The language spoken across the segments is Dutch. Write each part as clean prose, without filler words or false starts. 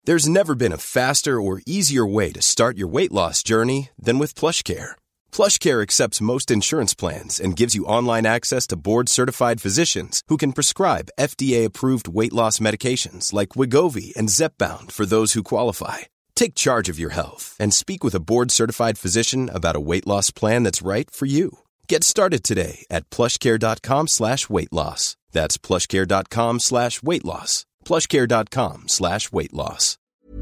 There's never been a faster or easier way to start your weight loss journey than with PlushCare. PlushCare accepts most insurance plans and gives you online access to board-certified physicians who can prescribe FDA-approved weight loss medications like Wegovy and Zepbound for those who qualify. Take charge of your health and speak with a board-certified physician about a weight loss plan that's right for you. Get started today at plushcare.com/weightloss. That's plushcare.com/weightloss. plushcare.com/weightloss.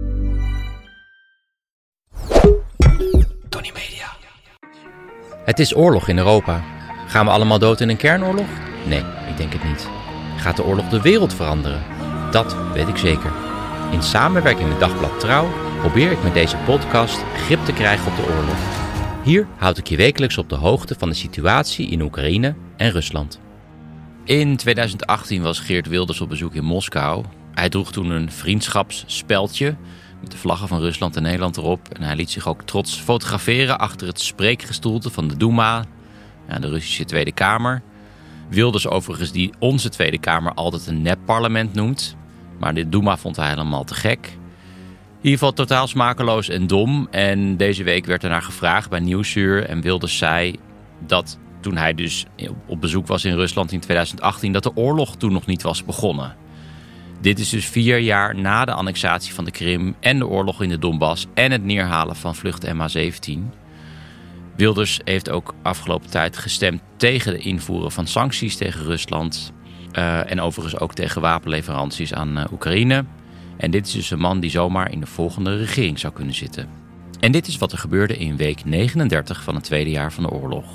Tony Media. Het is oorlog in Europa. Gaan we allemaal dood in een kernoorlog? Nee, ik denk het niet. Gaat de oorlog de wereld veranderen? Dat weet ik zeker. In samenwerking met Dagblad Trouw probeer ik met deze podcast grip te krijgen op de oorlog. Hier houd ik je wekelijks op de hoogte van de situatie in Oekraïne en Rusland. In 2018 was Geert Wilders op bezoek in Moskou. Hij droeg toen een vriendschapsspeldje met de vlaggen van Rusland en Nederland erop. En hij liet zich ook trots fotograferen achter het spreekgestoelte van de Duma, de Russische Tweede Kamer. Wilders overigens die onze Tweede Kamer altijd een nepparlement noemt. Maar de Duma vond hij helemaal te gek. In ieder geval totaal smakeloos en dom. En deze week werd er naar gevraagd bij Nieuwsuur. En Wilders zei dat toen hij dus op bezoek was in Rusland in 2018... dat de oorlog toen nog niet was begonnen. Dit is dus 4 jaar na de annexatie van de Krim en de oorlog in de Donbass en het neerhalen van vlucht MH17. Wilders heeft ook afgelopen tijd gestemd tegen de invoeren van sancties tegen Rusland. En overigens ook tegen wapenleveranties aan Oekraïne. En dit is dus een man die zomaar in de volgende regering zou kunnen zitten. En dit is wat er gebeurde in week 39 van het tweede jaar van de oorlog.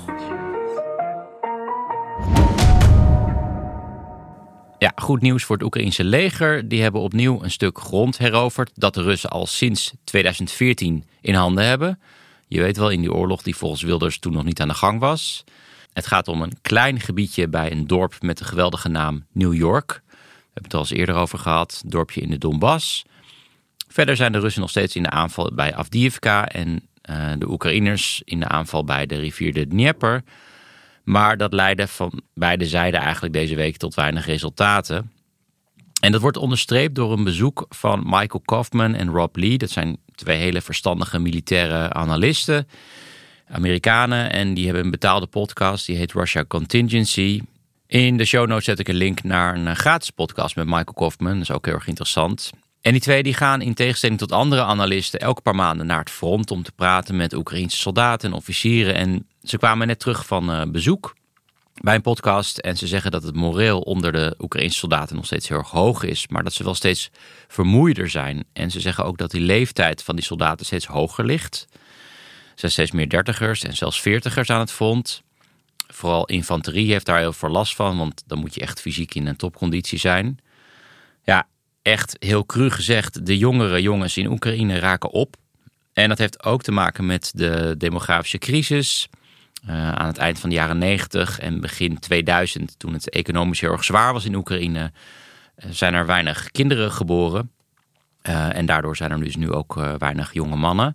Ja, goed nieuws voor het Oekraïense leger. Die hebben opnieuw een stuk grond heroverd dat de Russen al sinds 2014 in handen hebben. Je weet wel, in die oorlog die volgens Wilders toen nog niet aan de gang was. Het gaat om een klein gebiedje bij een dorp met de geweldige naam New York. We hebben het al eens eerder over gehad, dorpje in de Donbass. Verder zijn de Russen nog steeds in de aanval bij Avdiivka en de Oekraïners in de aanval bij de rivier de Dnieper. Maar dat leidde van beide zijden eigenlijk deze week tot weinig resultaten. En dat wordt onderstreept door een bezoek van Michael Kaufman en Rob Lee. Dat zijn 2 hele verstandige militaire analisten, Amerikanen. En die hebben een betaalde podcast, die heet Russia Contingency. In de show notes zet ik een link naar een gratis podcast met Michael Kaufman. Dat is ook heel erg interessant. En die 2 die gaan in tegenstelling tot andere analisten elke paar maanden naar het front om te praten met Oekraïense soldaten en officieren. En ze kwamen net terug van bezoek bij een podcast en ze zeggen dat het moreel onder de Oekraïense soldaten nog steeds heel erg hoog is, maar dat ze wel steeds vermoeider zijn. En ze zeggen ook dat die leeftijd van die soldaten steeds hoger ligt. Er zijn steeds meer 30ers en zelfs 40ers aan het front. Vooral infanterie heeft daar heel veel last van, want dan moet je echt fysiek in een topconditie zijn. Ja, echt heel cru gezegd, de jongere jongens in Oekraïne raken op. En dat heeft ook te maken met de demografische crisis. Aan het eind van de jaren 90 en begin 2000, toen het economisch heel erg zwaar was in Oekraïne, zijn er weinig kinderen geboren. En daardoor zijn er dus nu ook weinig jonge mannen.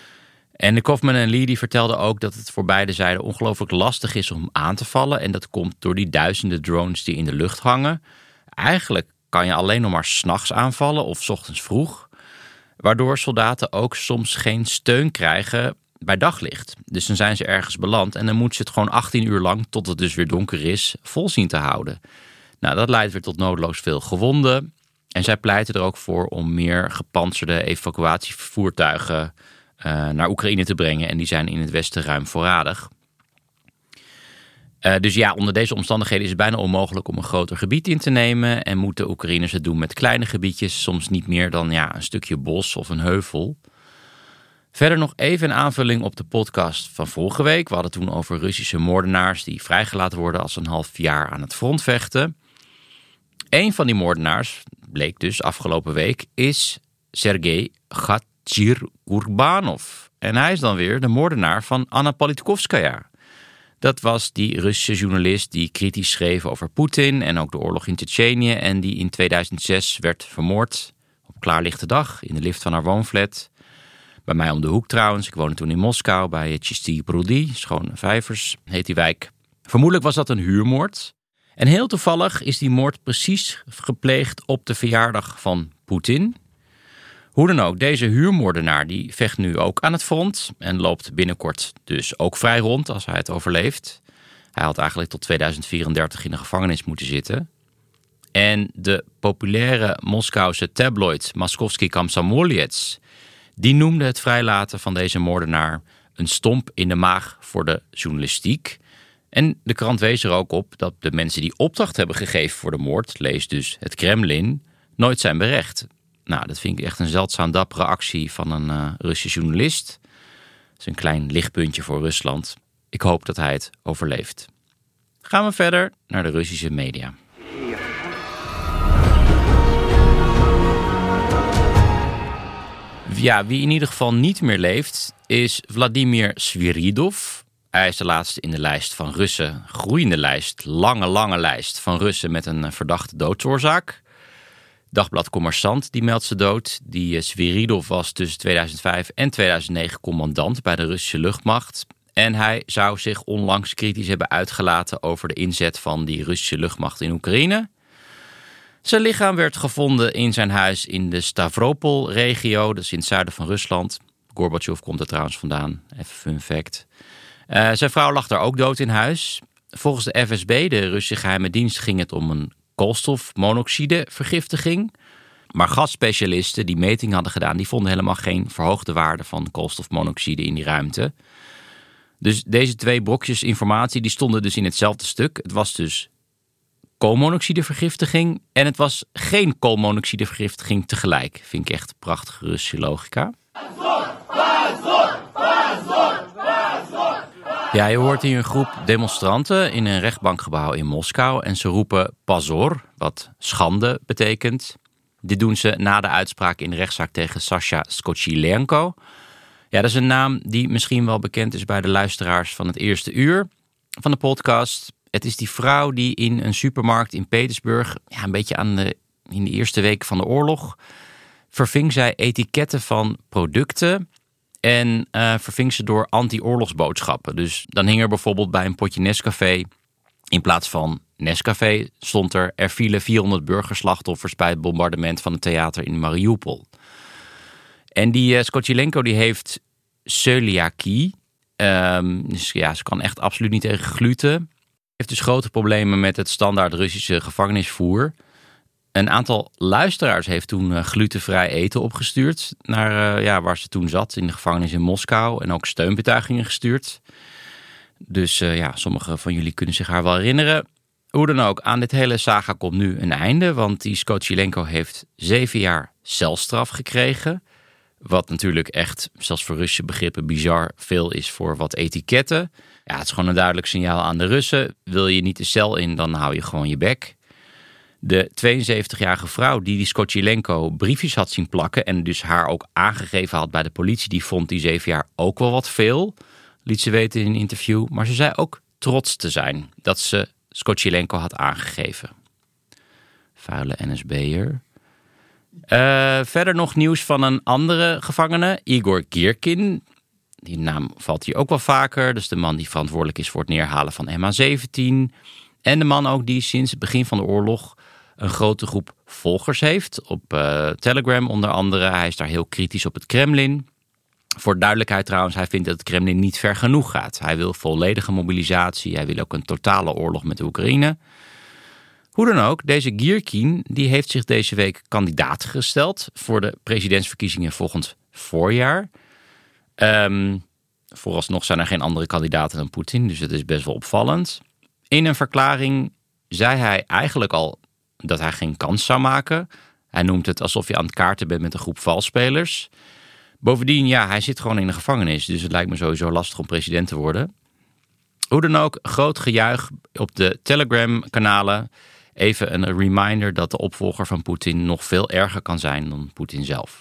En de Kaufman en Lee die vertelden ook dat het voor beide zijden ongelooflijk lastig is om aan te vallen. En dat komt door die duizenden drones die in de lucht hangen. Eigenlijk kan je alleen nog maar 's nachts aanvallen of 's ochtends vroeg. Waardoor soldaten ook soms geen steun krijgen bij daglicht. Dus dan zijn ze ergens beland en dan moeten ze het gewoon 18 uur lang, tot het dus weer donker is, vol zien te houden. Nou, dat leidt weer tot noodloos veel gewonden. En zij pleiten er ook voor om meer gepantserde evacuatievoertuigen naar Oekraïne te brengen. En die zijn in het westen ruim voorradig. Dus ja, onder deze omstandigheden is het bijna onmogelijk om een groter gebied in te nemen. En moeten Oekraïners het doen met kleine gebiedjes, soms niet meer dan een stukje bos of een heuvel. Verder nog even een aanvulling op de podcast van vorige week. We hadden toen over Russische moordenaars die vrijgelaten worden als een half jaar aan het front vechten. Een van die moordenaars, bleek dus afgelopen week, is Sergei Khachaturianov. En hij is dan weer de moordenaar van Anna Politkovskaya. Dat was die Russische journalist die kritisch schreef over Poetin en ook de oorlog in Tsjetsjenië en die in 2006 werd vermoord op klaarlichte dag in de lift van haar woonflat. Bij mij om de hoek trouwens. Ik woonde toen in Moskou bij Chistyi Prudy, Schone Vijvers heet die wijk. Vermoedelijk was dat een huurmoord. En heel toevallig is die moord precies gepleegd op de verjaardag van Poetin. Hoe dan ook, deze huurmoordenaar die vecht nu ook aan het front en loopt binnenkort dus ook vrij rond als hij het overleeft. Hij had eigenlijk tot 2034 in de gevangenis moeten zitten. En de populaire Moskouse tabloid Moskovsky Komsomolets, die noemde het vrijlaten van deze moordenaar een stomp in de maag voor de journalistiek. En de krant wees er ook op dat de mensen die opdracht hebben gegeven voor de moord, lees dus het Kremlin, nooit zijn berecht. Nou, dat vind ik echt een zeldzaam dappere actie van een Russische journalist. Dat is een klein lichtpuntje voor Rusland. Ik hoop dat hij het overleeft. Gaan we verder naar de Russische media. Ja, wie in ieder geval niet meer leeft is Vladimir Sviridov. Hij is de laatste in de lijst van Russen, groeiende lijst, lange lijst van Russen met een verdachte doodsoorzaak. Dagblad Kommersant die meldt ze dood. Die Sviridov was tussen 2005 en 2009 commandant bij de Russische luchtmacht. En hij zou zich onlangs kritisch hebben uitgelaten over de inzet van die Russische luchtmacht in Oekraïne. Zijn lichaam werd gevonden in zijn huis in de Stavropol-regio, dat is in het zuiden van Rusland. Gorbachev komt er trouwens vandaan, even fun fact. Zijn vrouw lag daar ook dood in huis. Volgens de FSB, de Russische geheime dienst, ging het om een koolstofmonoxidevergiftiging. Maar gasspecialisten die meting hadden gedaan, die vonden helemaal geen verhoogde waarde van koolstofmonoxide in die ruimte. Dus deze twee brokjes informatie die stonden dus in hetzelfde stuk. Het was dus koolmonoxidevergiftiging en het was geen koolmonoxidevergiftiging tegelijk. Vind ik echt prachtige Russische logica. Ja, je hoort hier een groep demonstranten in een rechtbankgebouw in Moskou en ze roepen Pozor, wat schande betekent. Dit doen ze na de uitspraak in de rechtszaak tegen Sasha Skochilenko. Ja, dat is een naam die misschien wel bekend is bij de luisteraars van het eerste uur van de podcast. Het is die vrouw die in een supermarkt in Petersburg, ja, een beetje in de eerste weken van de oorlog, verving zij etiketten van producten en verving ze door anti-oorlogsboodschappen. Dus dan hing er bijvoorbeeld bij een potje Nescafé, in plaats van Nescafé, stond er vielen 400 burgerslachtoffers bij het bombardement van het theater in Mariupol. En die Skochilenko die heeft celiakie. Dus ja, ze kan echt absoluut niet tegen gluten. Heeft dus grote problemen met het standaard Russische gevangenisvoer. Een aantal luisteraars heeft toen glutenvrij eten opgestuurd naar waar ze toen zat, in de gevangenis in Moskou. En ook steunbetuigingen gestuurd. Dus sommigen van jullie kunnen zich haar wel herinneren. Hoe dan ook, aan dit hele saga komt nu een einde. Want die Skochilenko heeft 7 jaar celstraf gekregen. Wat natuurlijk echt, zelfs voor Russische begrippen, bizar veel is voor wat etiketten. Ja, het is gewoon een duidelijk signaal aan de Russen. Wil je niet de cel in, dan hou je gewoon je bek. De 72-jarige vrouw die Skochilenko briefjes had zien plakken en dus haar ook aangegeven had bij de politie, die vond die 7 jaar ook wel wat veel, liet ze weten in een interview. Maar ze zei ook trots te zijn dat ze Skochilenko had aangegeven. Vuile NSB'er. Verder nog nieuws van een andere gevangene, Igor Girkin. Die naam valt hier ook wel vaker. Dus de man die verantwoordelijk is voor het neerhalen van MH17. En de man ook die sinds het begin van de oorlog een grote groep volgers heeft. Op Telegram onder andere. Hij is daar heel kritisch op het Kremlin. Voor duidelijkheid trouwens, hij vindt dat het Kremlin niet ver genoeg gaat. Hij wil volledige mobilisatie. Hij wil ook een totale oorlog met de Oekraïne. Hoe dan ook, deze Girkin die heeft zich deze week kandidaat gesteld voor de presidentsverkiezingen volgend voorjaar. Vooralsnog zijn er geen andere kandidaten dan Poetin, dus het is best wel opvallend. In een verklaring zei hij eigenlijk al dat hij geen kans zou maken. Hij noemt het alsof je aan het kaarten bent met een groep valsspelers. Bovendien, ja, hij zit gewoon in de gevangenis, dus het lijkt me sowieso lastig om president te worden. Hoe dan ook, groot gejuich op de Telegram-kanalen. Even een reminder dat de opvolger van Poetin nog veel erger kan zijn dan Poetin zelf.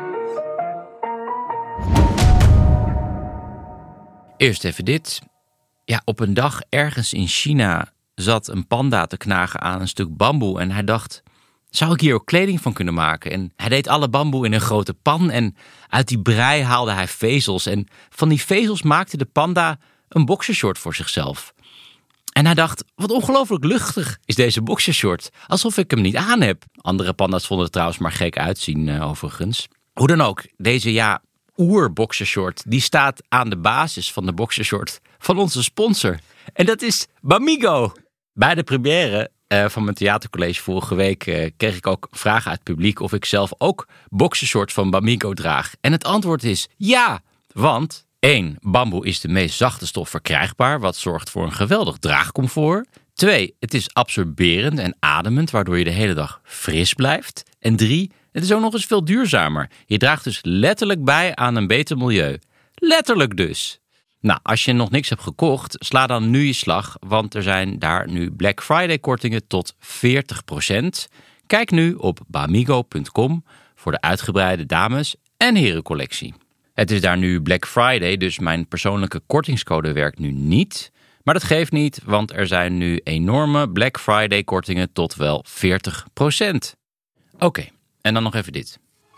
Eerst even dit. Ja, op een dag ergens in China zat een panda te knagen aan een stuk bamboe. En hij dacht, zou ik hier ook kleding van kunnen maken? En hij deed alle bamboe in een grote pan. En uit die brei haalde hij vezels. En van die vezels maakte de panda een boxershort voor zichzelf. En hij dacht, wat ongelooflijk luchtig is deze boxershort. Alsof ik hem niet aan heb. Andere panda's vonden het trouwens maar gek uitzien overigens. Hoe dan ook, deze oer-boxershort, die staat aan de basis van de boxershort van onze sponsor. En dat is Bamigo. Bij de première van mijn theatercollege vorige week kreeg ik ook vragen uit het publiek of ik zelf ook boxershorts van Bamigo draag. En het antwoord is ja, want 1. Bamboe is de meest zachte stof verkrijgbaar, wat zorgt voor een geweldig draagcomfort. 2. Het is absorberend en ademend, waardoor je de hele dag fris blijft. En 3. Het is ook nog eens veel duurzamer. Je draagt dus letterlijk bij aan een beter milieu. Letterlijk dus. Nou, als je nog niks hebt gekocht, sla dan nu je slag, want er zijn daar nu Black Friday kortingen tot 40%. Kijk nu op bamigo.com voor de uitgebreide dames- en herencollectie. Het is daar nu Black Friday, dus mijn persoonlijke kortingscode werkt nu niet. Maar dat geeft niet, want er zijn nu enorme Black Friday kortingen tot wel 40%. Oké, en dan nog even dit.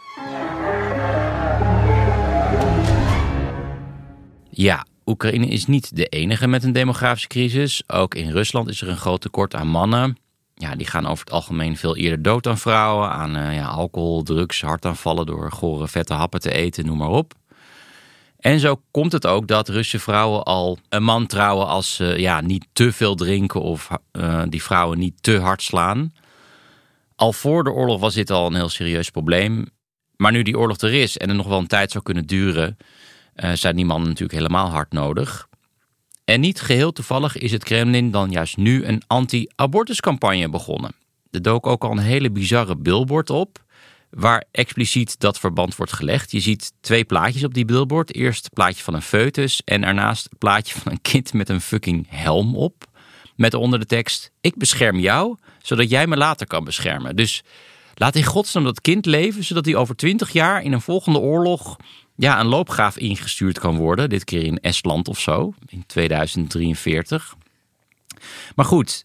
Ja, Oekraïne is niet de enige met een demografische crisis. Ook in Rusland is er een groot tekort aan mannen. Ja, die gaan over het algemeen veel eerder dood dan vrouwen. Aan alcohol, drugs, hartaanvallen door gore vette happen te eten, noem maar op. En zo komt het ook dat Russische vrouwen al een man trouwen als ze niet te veel drinken of die vrouwen niet te hard slaan. Al voor de oorlog was dit al een heel serieus probleem. Maar nu die oorlog er is en er nog wel een tijd zou kunnen duren, zijn die mannen natuurlijk helemaal hard nodig. En niet geheel toevallig is het Kremlin dan juist nu een anti-abortuscampagne begonnen. Er dook ook al een hele bizarre billboard op, waar expliciet dat verband wordt gelegd. Je ziet 2 plaatjes op die billboard. Eerst het plaatje van een foetus en daarnaast het plaatje van een kind met een fucking helm op. Met onder de tekst, ik bescherm jou, zodat jij me later kan beschermen. Dus laat in godsnaam dat kind leven, zodat hij over 20 jaar in een volgende oorlog een loopgraaf ingestuurd kan worden. Dit keer in Estland of zo, in 2043. Maar goed,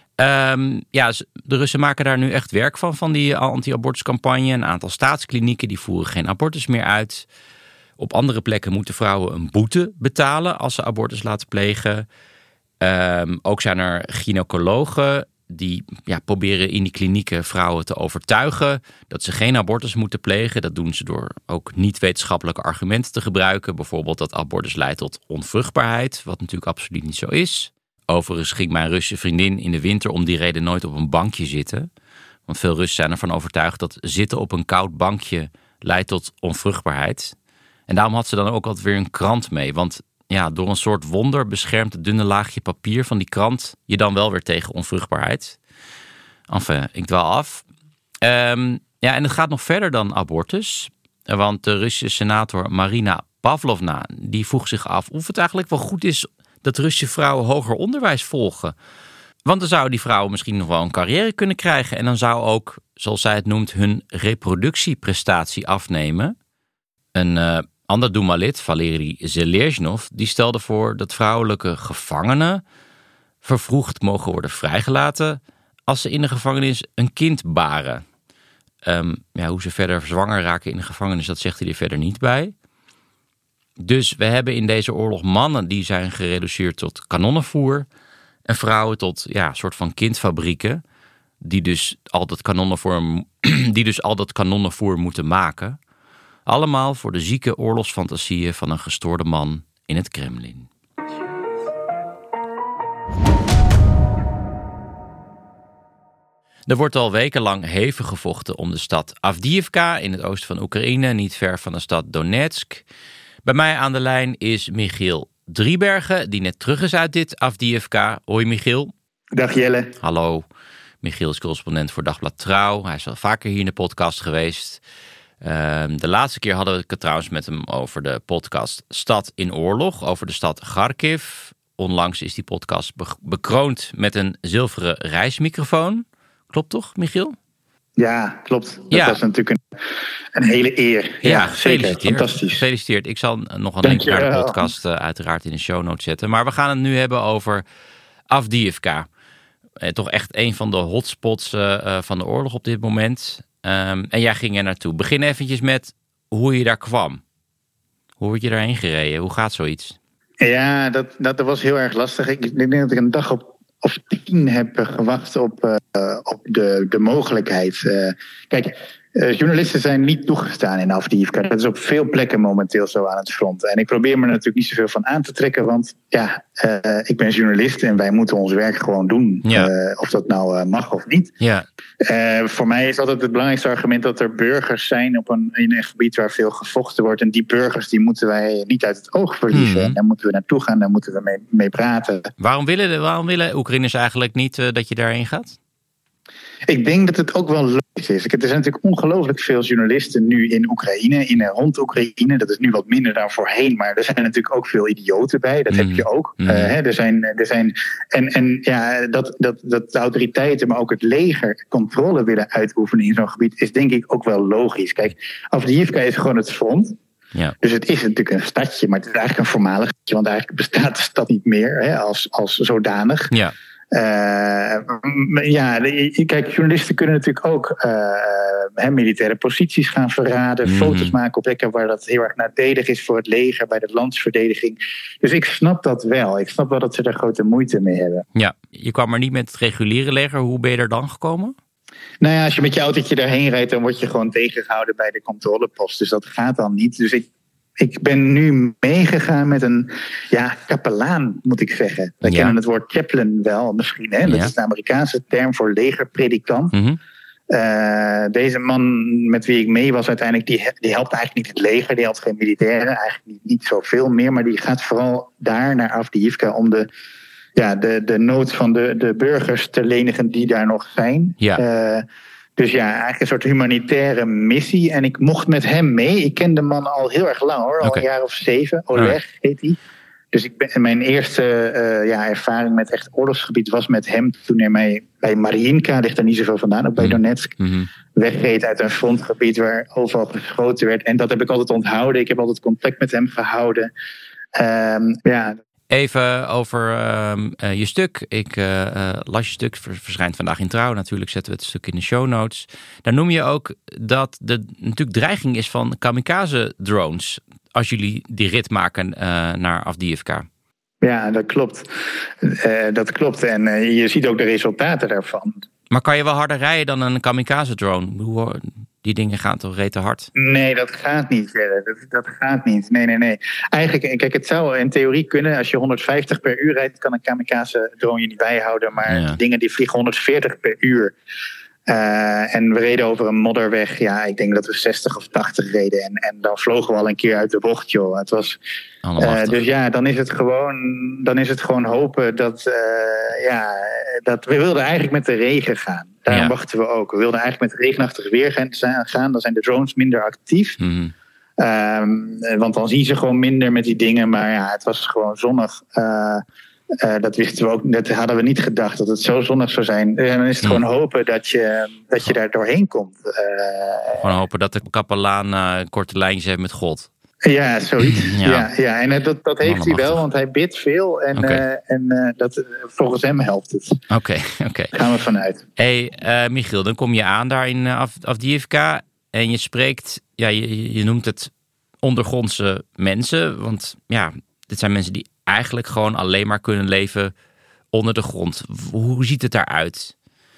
de Russen maken daar nu echt werk van die anti-abortuscampagne. Een aantal staatsklinieken die voeren geen abortus meer uit. Op andere plekken moeten vrouwen een boete betalen als ze abortus laten plegen. Ook zijn er gynaecologen die proberen in die klinieken vrouwen te overtuigen dat ze geen abortus moeten plegen. Dat doen ze door ook niet-wetenschappelijke argumenten te gebruiken. Bijvoorbeeld dat abortus leidt tot onvruchtbaarheid, wat natuurlijk absoluut niet zo is. Overigens ging mijn Russische vriendin in de winter om die reden nooit op een bankje zitten. Want veel Russen zijn ervan overtuigd dat zitten op een koud bankje leidt tot onvruchtbaarheid. En daarom had ze dan ook altijd weer een krant mee. Want door een soort wonder beschermt het dunne laagje papier van die krant je dan wel weer tegen onvruchtbaarheid. Enfin, ik dwaal af. En het gaat nog verder dan abortus. Want de Russische senator Marina Pavlovna, die vroeg zich af of het eigenlijk wel goed is dat Russische vrouwen hoger onderwijs volgen. Want dan zouden die vrouwen misschien nog wel een carrière kunnen krijgen. En dan zou ook, zoals zij het noemt, hun reproductieprestatie afnemen. Een ander Duma-lid, Valery Zelezhnov, die stelde voor dat vrouwelijke gevangenen vervroegd mogen worden vrijgelaten als ze in de gevangenis een kind baren. Hoe ze verder zwanger raken in de gevangenis, dat zegt hij er verder niet bij. Dus we hebben in deze oorlog mannen die zijn gereduceerd tot kanonnenvoer en vrouwen tot soort van kindfabrieken die dus al dat kanonnenvoer moeten maken. Allemaal voor de zieke oorlogsfantasieën van een gestoorde man in het Kremlin. Er wordt al wekenlang hevig gevochten om de stad Avdiivka in het oosten van Oekraïne, niet ver van de stad Donetsk. Bij mij aan de lijn is Michiel Driebergen, die net terug is uit dit Avdiivka. Hoi Michiel. Dag Jelle. Hallo. Michiel is correspondent voor Dagblad Trouw. Hij is al vaker hier in de podcast geweest. De laatste keer hadden we het trouwens met hem over de podcast Stad in Oorlog, over de stad Kharkiv. Onlangs is die podcast bekroond met een zilveren reismicrofoon. Klopt toch, Michiel? Ja, klopt. Dat was natuurlijk een hele eer. Ja, zeker. Fantastisch. Gefeliciteerd. Ik zal nog een link naar de podcast uiteraard in de show notes zetten. Maar we gaan het nu hebben over Avdiivka. Toch echt een van de hotspots van de oorlog op dit moment. En jij ging er naartoe. Begin eventjes met hoe je daar kwam. Hoe word je daarheen gereden? Hoe gaat zoiets? Ja, dat was heel erg lastig. Ik denk dat ik een dag of 10 heb gewacht op de mogelijkheid. Kijk, Journalisten zijn niet toegestaan in Avdiivka. Dat is op veel plekken momenteel zo aan het front. En ik probeer me natuurlijk niet zoveel van aan te trekken. Want ik ben journalist en wij moeten ons werk gewoon doen. Ja. Of dat nou mag of niet. Ja. Voor mij is altijd het belangrijkste argument dat er burgers zijn in een gebied waar veel gevochten wordt. En die burgers die moeten wij niet uit het oog verliezen. En daar moeten we naartoe gaan, daar moeten we mee praten. Waarom willen Oekraïners eigenlijk niet dat je daarheen gaat? Ik denk dat het ook wel logisch is. Er zijn natuurlijk ongelooflijk veel journalisten nu in Oekraïne, rond Oekraïne. Dat is nu wat minder dan voorheen, maar er zijn natuurlijk ook veel idioten bij. Dat heb je ook. Dat de autoriteiten, maar ook het leger, controle willen uitoefenen in zo'n gebied, is denk ik ook wel logisch. Kijk, Avdiivka is gewoon het front. Ja. Dus het is natuurlijk een stadje, maar het is eigenlijk een voormalig stadje, want eigenlijk bestaat de stad niet meer als zodanig. Ja. Kijk, journalisten kunnen natuurlijk ook militaire posities gaan verraden, foto's maken op plekken waar dat heel erg nadelig is voor het leger, bij de landsverdediging. Dus ik snap dat wel. Ik snap wel dat ze daar grote moeite mee hebben. Ja, je kwam er niet met het reguliere leger. Hoe ben je er dan gekomen? Nou ja, als je met je autootje daarheen rijdt, dan word je gewoon tegengehouden bij de controlepost. Dus dat gaat dan niet. Dus ik ben nu meegegaan met een kapelaan, moet ik zeggen. We kennen het woord chaplain wel misschien. Hè? Dat is de Amerikaanse term voor legerpredikant. Mm-hmm. Deze man met wie ik mee was uiteindelijk, die helpt eigenlijk niet het leger. Die helpt geen militairen, eigenlijk niet zoveel meer. Maar die gaat vooral daar naar Avdiivka om de nood van de burgers te lenigen die daar nog zijn. Ja. Dus eigenlijk een soort humanitaire missie. En ik mocht met hem mee. Ik ken de man al heel erg lang hoor. Al een jaar of 7. Oleg heet hij. Dus mijn eerste ervaring met echt oorlogsgebied was met hem. Toen hij bij Mariinka, ligt er niet zoveel vandaan, ook bij Donetsk, wegreed uit een frontgebied waar overal geschoten werd. En dat heb ik altijd onthouden. Ik heb altijd contact met hem gehouden. Even over je stuk. Ik las je stuk, verschijnt vandaag in Trouw. Natuurlijk zetten we het stuk in de show notes. Daar noem je ook dat er natuurlijk dreiging is van kamikaze-drones als jullie die rit maken naar Avdiivka. Ja, dat klopt. En je ziet ook de resultaten daarvan. Maar kan je wel harder rijden dan een kamikaze-drone? Die dingen gaan toch rete hard? Nee, dat gaat niet verder. Dat gaat niet. Nee. Eigenlijk, kijk, het zou in theorie kunnen. Als je 150 per uur rijdt, kan een kamikaze-drone je niet bijhouden. Maar die dingen die vliegen 140 per uur. En we reden over een modderweg. Ja, ik denk dat we 60 of 80 reden. En dan vlogen we al een keer uit de bocht, joh. Het was, dus dan is het gewoon hopen dat we wilden eigenlijk met de regen gaan. Daarom wachten we ook. We wilden eigenlijk met regenachtig weer gaan. Dan zijn de drones minder actief. Mm-hmm. Want dan zien ze gewoon minder met die dingen. Maar het was gewoon zonnig. Dat wisten we ook. Dat hadden we niet gedacht dat het zo zonnig zou zijn. En dan is het gewoon hopen dat je daar doorheen komt. Gewoon hopen dat de kapelaan korte lijntjes heeft met God. Ja, zoiets. Ja. En dat heeft hij wel, want hij bidt veel. En dat, volgens hem helpt het. Oké. Gaan we vanuit. Hey, Michiel, dan kom je aan daar in Avdiivka. En je spreekt, je noemt het ondergrondse mensen. Want dit zijn mensen die eigenlijk gewoon alleen maar kunnen leven onder de grond. Hoe ziet het daaruit?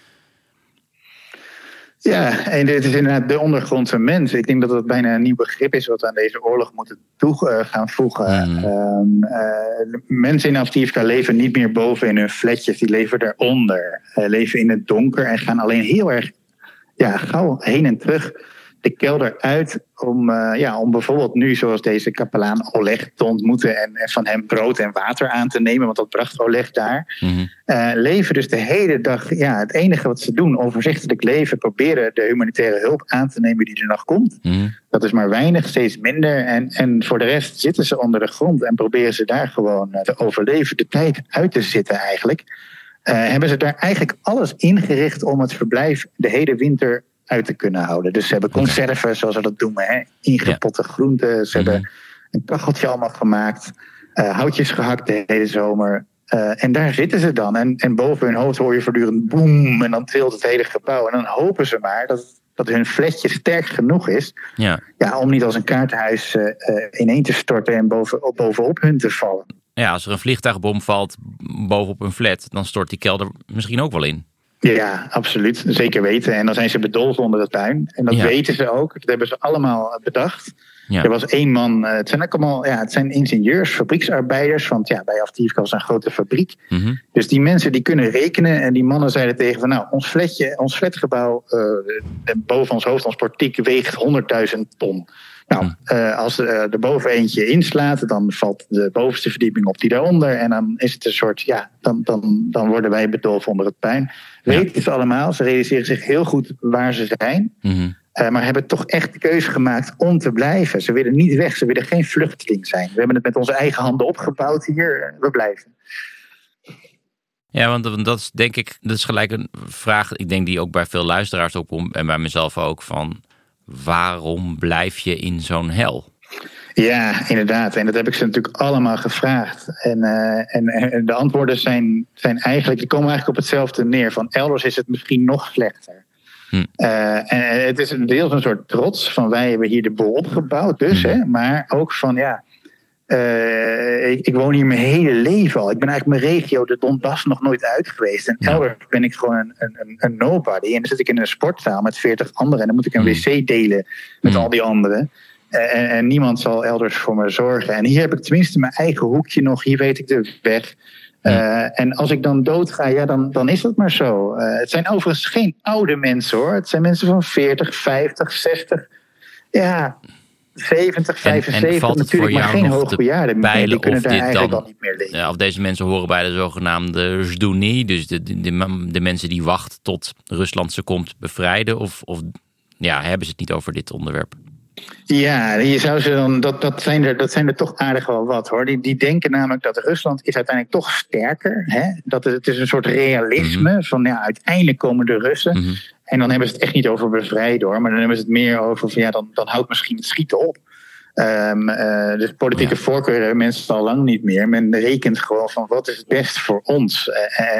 Ja, en dit is inderdaad de ondergrondse mens. Ik denk dat dat bijna een nieuw begrip is wat we aan deze oorlog moeten gaan voegen. Mensen in Avdiivka leven niet meer boven in hun flatjes. Die leven daaronder. Leven in het donker en gaan alleen heel erg gauw heen en terug de kelder uit om bijvoorbeeld nu, zoals deze kapelaan Oleg, te ontmoeten en van hem brood en water aan te nemen, want dat bracht Oleg daar. Mm-hmm. Leven dus de hele dag, het enige wat ze doen, overzichtelijk leven, proberen de humanitaire hulp aan te nemen die er nog komt. Mm-hmm. Dat is maar weinig, steeds minder. En voor de rest zitten ze onder de grond en proberen ze daar gewoon te overleven, de tijd uit te zitten eigenlijk. Hebben ze daar eigenlijk alles ingericht om het verblijf de hele winter uit te kunnen houden. Dus ze hebben conserven, zoals ze dat noemen, ingepotte groenten. Ze hebben een kacheltje allemaal gemaakt. Houtjes gehakt de hele zomer. En daar zitten ze dan. En boven hun hoofd hoor je voortdurend boem. En dan trilt het hele gebouw. En dan hopen ze maar dat hun flatje sterk genoeg is. Om niet als een kaartenhuis ineen te storten en bovenop hun te vallen. Ja, als er een vliegtuigbom valt bovenop een flat, dan stort die kelder misschien ook wel in. Ja, absoluut. Zeker weten. En dan zijn ze bedolven onder het puin. En dat weten ze ook. Dat hebben ze allemaal bedacht. Ja. Er was 1 man. Het zijn ook allemaal. Ja, het zijn ingenieurs, fabrieksarbeiders. Want bij Avdiivka was een grote fabriek. Mm-hmm. Dus die mensen die kunnen rekenen. En die mannen zeiden tegen van nou, ons flatgebouw boven ons hoofd, ons portiek weegt 100.000 ton. Nou, als er boven eentje inslaat, dan valt de bovenste verdieping op die daaronder. En dan is het een soort, dan worden wij bedolven onder het puin. Weten ze allemaal, ze realiseren zich heel goed waar ze zijn. Mm-hmm. Maar hebben toch echt de keuze gemaakt om te blijven. Ze willen niet weg, ze willen geen vluchteling zijn. We hebben het met onze eigen handen opgebouwd hier, we blijven. Ja, want dat is denk ik, dat is gelijk een vraag, ik denk die ook bij veel luisteraars opkomt en bij mezelf ook van, waarom blijf je in zo'n hel? Ja, inderdaad. En dat heb ik ze natuurlijk allemaal gevraagd. En de antwoorden zijn eigenlijk, die komen eigenlijk op hetzelfde neer. Van elders is het misschien nog slechter. En het is deels een soort trots van wij hebben hier de boel opgebouwd. Dus, maar ook van ik woon hier mijn hele leven al. Ik ben eigenlijk mijn regio, de Donbass, nog nooit uit geweest. En elders ben ik gewoon een nobody. En dan zit ik in een sportzaal met 40 anderen. En dan moet ik een wc delen met al die anderen. En niemand zal elders voor me zorgen. En hier heb ik tenminste mijn eigen hoekje nog. Hier weet ik de weg. En als ik dan doodga, dan is dat maar zo. Het zijn overigens geen oude mensen hoor. Het zijn mensen van 40, 50, 60. Ja, 70, 75 natuurlijk, maar geen hoogbejaarden meer. Die kunnen daar eigenlijk al niet meer leven. Ja, of deze mensen horen bij de zogenaamde Zduny, dus de mensen die wachten tot Rusland ze komt bevrijden. Of hebben ze het niet over dit onderwerp? Ja, je zou ze dan, dat zijn er toch aardig wel wat hoor. Die denken namelijk dat Rusland is uiteindelijk toch sterker. Hè? Het is een soort realisme van uiteindelijk komen de Russen. Mm-hmm. En dan hebben ze het echt niet over bevrijden hoor. Maar dan hebben ze het meer over van dan houdt misschien het schieten op. Dus politieke voorkeuren hebben mensen al lang niet meer. Men rekent gewoon van wat is het best voor ons.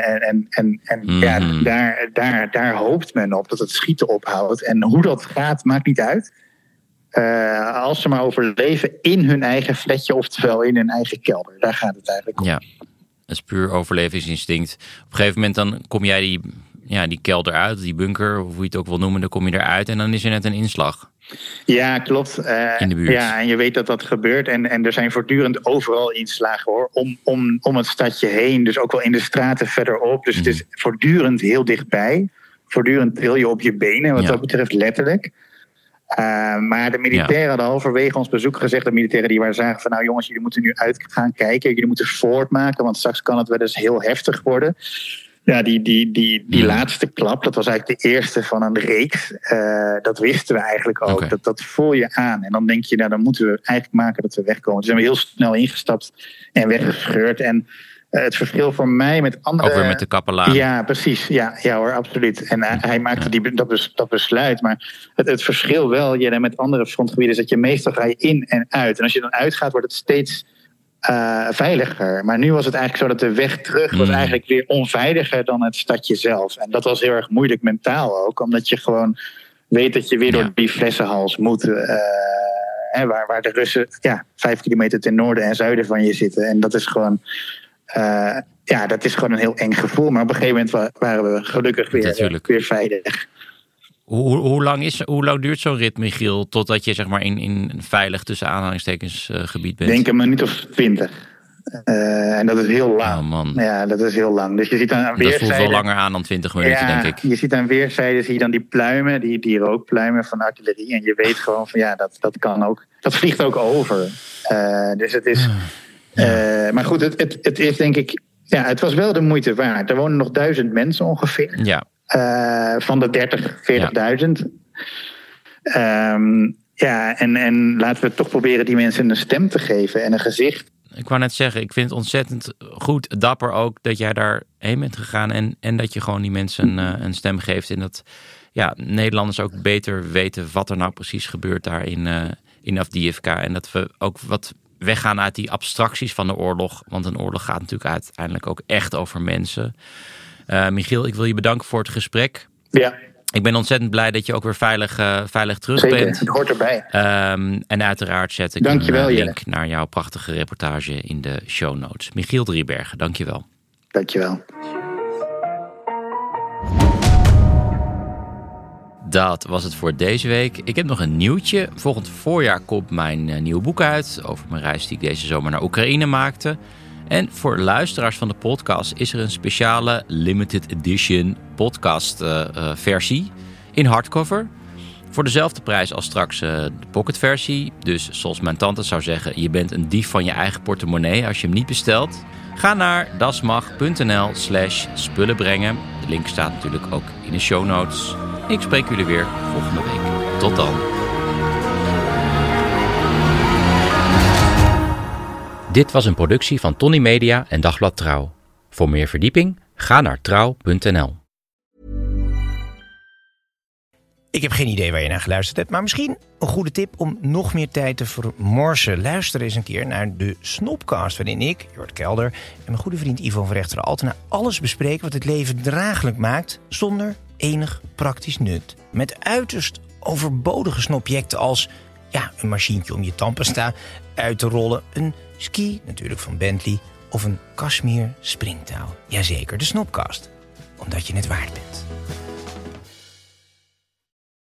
Daar hoopt men op dat het schieten ophoudt. En hoe dat gaat, maakt niet uit. Als ze maar overleven in hun eigen flatje, oftewel in hun eigen kelder. Daar gaat het eigenlijk om. Ja, dat is puur overlevingsinstinct. Op een gegeven moment dan kom jij die kelder uit, die bunker, of hoe je het ook wil noemen, dan kom je eruit en dan is er net een inslag. Ja, klopt. In de buurt. Ja, en je weet dat gebeurt. En er zijn voortdurend overal inslagen hoor. Om het stadje heen. Dus ook wel in de straten verderop. Dus het is voortdurend heel dichtbij. Voortdurend tril je op je benen, wat dat betreft letterlijk. Maar de militairen hadden halverwege ons bezoek gezegd, de militairen die waren zagen van nou jongens, jullie moeten nu uit gaan kijken. Jullie moeten voortmaken, want straks kan het wel eens heel heftig worden. Ja, die laatste klap, dat was eigenlijk de eerste van een reeks. Dat wisten we eigenlijk ook. Okay. Dat voel je aan. En dan denk je, dan moeten we eigenlijk maken dat we wegkomen. Dus zijn we heel snel ingestapt en weggescheurd. En het verschil voor mij met andere... Ook weer met de kapelaan. Ja, precies. Ja hoor, absoluut. En hij maakte dat besluit. Maar het verschil wel met andere frontgebieden is dat je meestal ga je in en uit. En als je dan uitgaat, wordt het steeds veiliger. Maar nu was het eigenlijk zo dat de weg terug was eigenlijk weer onveiliger dan het stadje zelf. En dat was heel erg moeilijk mentaal ook. Omdat je gewoon weet dat je weer door die flessenhals moet. Waar de Russen 5 kilometer ten noorden en zuiden van je zitten. En dat is gewoon... dat is gewoon een heel eng gevoel. Maar op een gegeven moment waren we gelukkig weer veilig. Hoe lang duurt zo'n rit, Michiel, totdat je zeg maar in veilig tussen aanhalingstekens gebied bent? Denk een minuut of 20. En dat is heel lang. Oh man. Ja, dat is heel lang. Dus je ziet aan weerszijden... Dat voelt wel langer aan dan 20 minuten, denk ik. Je ziet aan weerszijden zie je dan die pluimen, die rookpluimen van artillerie. En je weet gewoon van dat kan ook. Dat vliegt ook over. Dus het is... maar goed, het is denk ik... Ja, het was wel de moeite waard. Er wonen nog 1000 mensen ongeveer. Ja. Van de 40.000. En laten we toch proberen die mensen een stem te geven en een gezicht. Ik wou net zeggen, ik vind het ontzettend goed, dapper ook, dat jij daarheen bent gegaan en dat je gewoon die mensen een stem geeft. En dat Nederlanders ook beter weten wat er nou precies gebeurt daar in Avdiivka. En dat we ook wat weggaan uit die abstracties van de oorlog. Want een oorlog gaat natuurlijk uiteindelijk ook echt over mensen. Michiel, ik wil je bedanken voor het gesprek. Ja. Ik ben ontzettend blij dat je ook weer veilig terug Zeker, bent. Het hoort erbij. En uiteraard zet ik een link naar jouw prachtige reportage in de show notes. Michiel Driebergen, dankjewel. Dankjewel. Dat was het voor deze week. Ik heb nog een nieuwtje. Volgend voorjaar komt mijn nieuwe boek uit over mijn reis die ik deze zomer naar Oekraïne maakte. En voor luisteraars van de podcast is er een speciale limited edition podcast versie in hardcover. Voor dezelfde prijs als straks de pocketversie. Dus zoals mijn tante zou zeggen, je bent een dief van je eigen portemonnee als je hem niet bestelt. Ga naar dasmag.nl/spullenbrengen. De link staat natuurlijk ook in de show notes. Ik spreek jullie weer volgende week. Tot dan. Dit was een productie van Tony Media en Dagblad Trouw. Voor meer verdieping, ga naar trouw.nl. Ik heb geen idee waar je naar geluisterd hebt, maar misschien een goede tip om nog meer tijd te vermorsen. Luister eens een keer naar de Snopcast, waarin ik, Jort Kelder en mijn goede vriend Ivo van Rechteren-Altena alles bespreken wat het leven draaglijk maakt zonder enig praktisch nut. Met uiterst overbodige snobjecten als een machientje om je tandpasta uit te rollen, een ski natuurlijk van Bentley of een Kashmir springtouw. Jazeker, de Snopcast, omdat je het waard bent.